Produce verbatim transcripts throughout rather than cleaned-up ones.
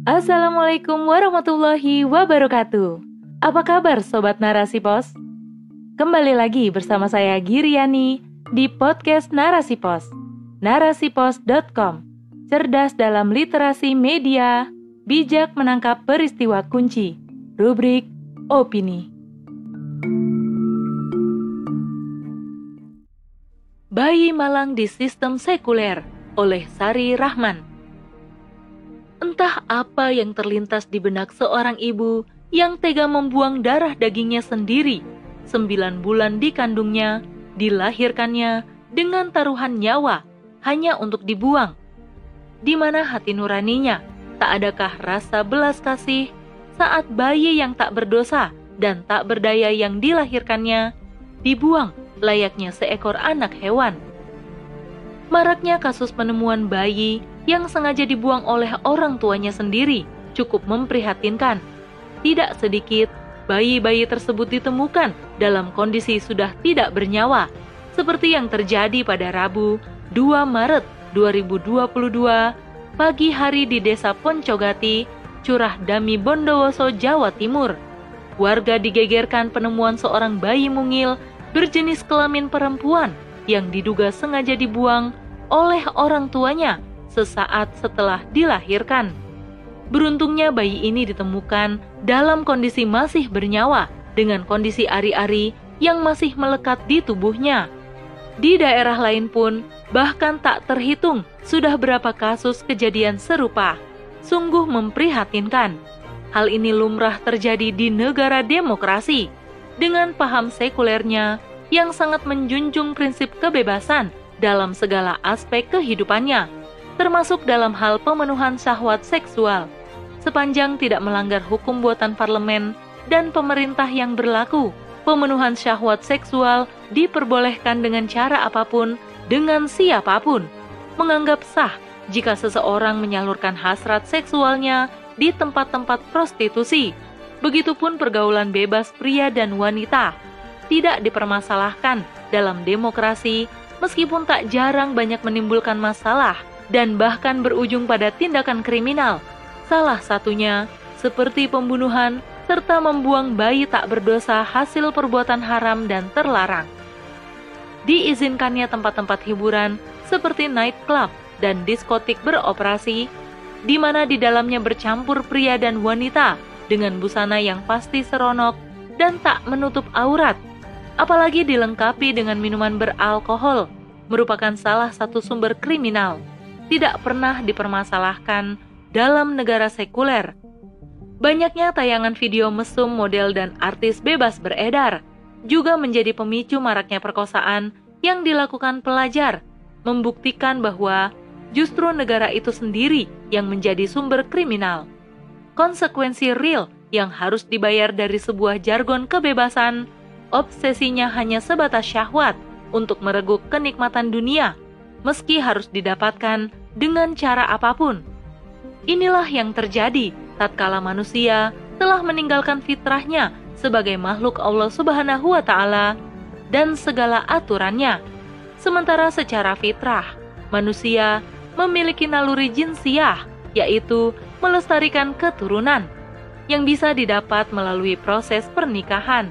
Assalamualaikum warahmatullahi wabarakatuh. Apa kabar Sobat Narasi Pos? Kembali lagi bersama saya Giriani di podcast Narasi Pos, narasipos dot com. Cerdas dalam literasi media, bijak menangkap peristiwa kunci. Rubrik Opini. Bayi malang di sistem sekuler oleh Sari Rahman. Entah apa yang terlintas di benak seorang ibu yang tega membuang darah dagingnya sendiri, sembilan bulan dikandungnya, dilahirkannya dengan taruhan nyawa hanya untuk dibuang. Di mana hati nuraninya? Tak adakah rasa belas kasih saat bayi yang tak berdosa dan tak berdaya yang dilahirkannya dibuang layaknya seekor anak hewan? Maraknya kasus penemuan bayi yang sengaja dibuang oleh orang tuanya sendiri cukup memprihatinkan. Tidak sedikit bayi-bayi tersebut ditemukan dalam kondisi sudah tidak bernyawa, seperti yang terjadi pada Rabu dua Maret dua ribu dua puluh dua pagi hari di Desa Poncogati, Curah Dami, Bondowoso, Jawa Timur. Warga digegerkan penemuan seorang bayi mungil berjenis kelamin perempuan yang diduga sengaja dibuang oleh orang tuanya sesaat setelah dilahirkan. Beruntungnya bayi ini ditemukan dalam kondisi masih bernyawa dengan kondisi ari-ari yang masih melekat di tubuhnya. Di daerah lain pun bahkan tak terhitung sudah berapa kasus kejadian serupa. Sungguh memprihatinkan. Hal ini lumrah terjadi di negara demokrasi dengan paham sekulernya yang sangat menjunjung prinsip kebebasan dalam segala aspek kehidupannya, termasuk dalam hal pemenuhan syahwat seksual, sepanjang tidak melanggar hukum buatan parlemen dan pemerintah yang berlaku. Pemenuhan syahwat seksual diperbolehkan dengan cara apapun, dengan siapapun. Menganggap sah jika seseorang menyalurkan hasrat seksualnya di tempat-tempat prostitusi. Begitupun pergaulan bebas pria dan wanita. Tidak dipermasalahkan dalam demokrasi, meskipun tak jarang banyak menimbulkan masalah dan bahkan berujung pada tindakan kriminal. Salah satunya seperti pembunuhan serta membuang bayi tak berdosa hasil perbuatan haram dan terlarang. Diizinkannya tempat-tempat hiburan seperti nightclub dan diskotik beroperasi, di mana di dalamnya bercampur pria dan wanita dengan busana yang pasti seronok dan tak menutup aurat, apalagi dilengkapi dengan minuman beralkohol, merupakan salah satu sumber kriminal. Tidak pernah dipermasalahkan dalam negara sekuler. Banyaknya tayangan video mesum model dan artis bebas beredar juga menjadi pemicu maraknya perkosaan yang dilakukan pelajar, membuktikan bahwa justru negara itu sendiri yang menjadi sumber kriminal. Konsekuensi real yang harus dibayar dari sebuah jargon kebebasan, obsesinya hanya sebatas syahwat untuk mereguk kenikmatan dunia, meski harus didapatkan dengan cara apapun. Inilah yang terjadi tatkala manusia telah meninggalkan fitrahnya sebagai makhluk Allah Subhanahu wa Ta'ala dan segala aturannya. Sementara secara fitrah, manusia memiliki naluri jinsiah, yaitu melestarikan keturunan yang bisa didapat melalui proses pernikahan.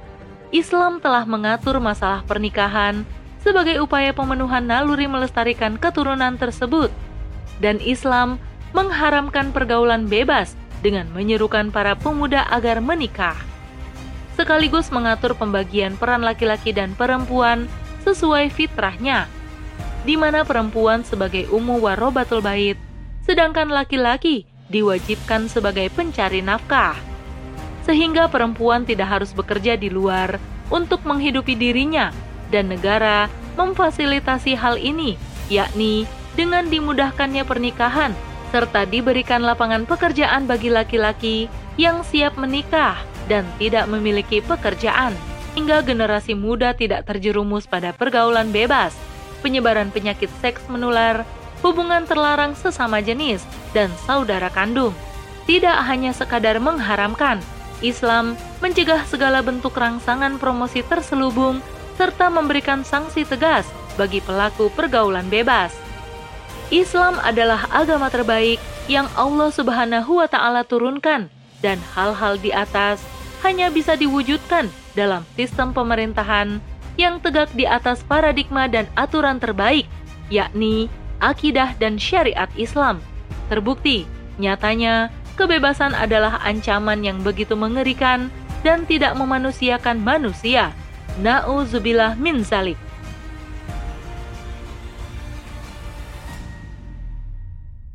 Islam telah mengatur masalah pernikahan sebagai upaya pemenuhan naluri melestarikan keturunan tersebut, dan Islam mengharamkan pergaulan bebas dengan menyerukan para pemuda agar menikah, sekaligus mengatur pembagian peran laki-laki dan perempuan sesuai fitrahnya, di mana perempuan sebagai ummu warobatul bait, sedangkan laki-laki diwajibkan sebagai pencari nafkah, sehingga perempuan tidak harus bekerja di luar untuk menghidupi dirinya, dan negara memfasilitasi hal ini, yakni dengan dimudahkannya pernikahan serta diberikan lapangan pekerjaan bagi laki-laki yang siap menikah dan tidak memiliki pekerjaan, hingga generasi muda tidak terjerumus pada pergaulan bebas, penyebaran penyakit seks menular, hubungan terlarang sesama jenis, dan saudara kandung. Tidak hanya sekadar mengharamkan, Islam mencegah segala bentuk rangsangan promosi terselubung serta memberikan sanksi tegas bagi pelaku pergaulan bebas. Islam adalah agama terbaik yang Allah Subhanahu wa Ta'ala turunkan, dan hal-hal di atas hanya bisa diwujudkan dalam sistem pemerintahan yang tegak di atas paradigma dan aturan terbaik, yakni akidah dan syariat Islam. Terbukti, nyatanya kebebasan adalah ancaman yang begitu mengerikan dan tidak memanusiakan manusia. Na'udzubillah min zalik.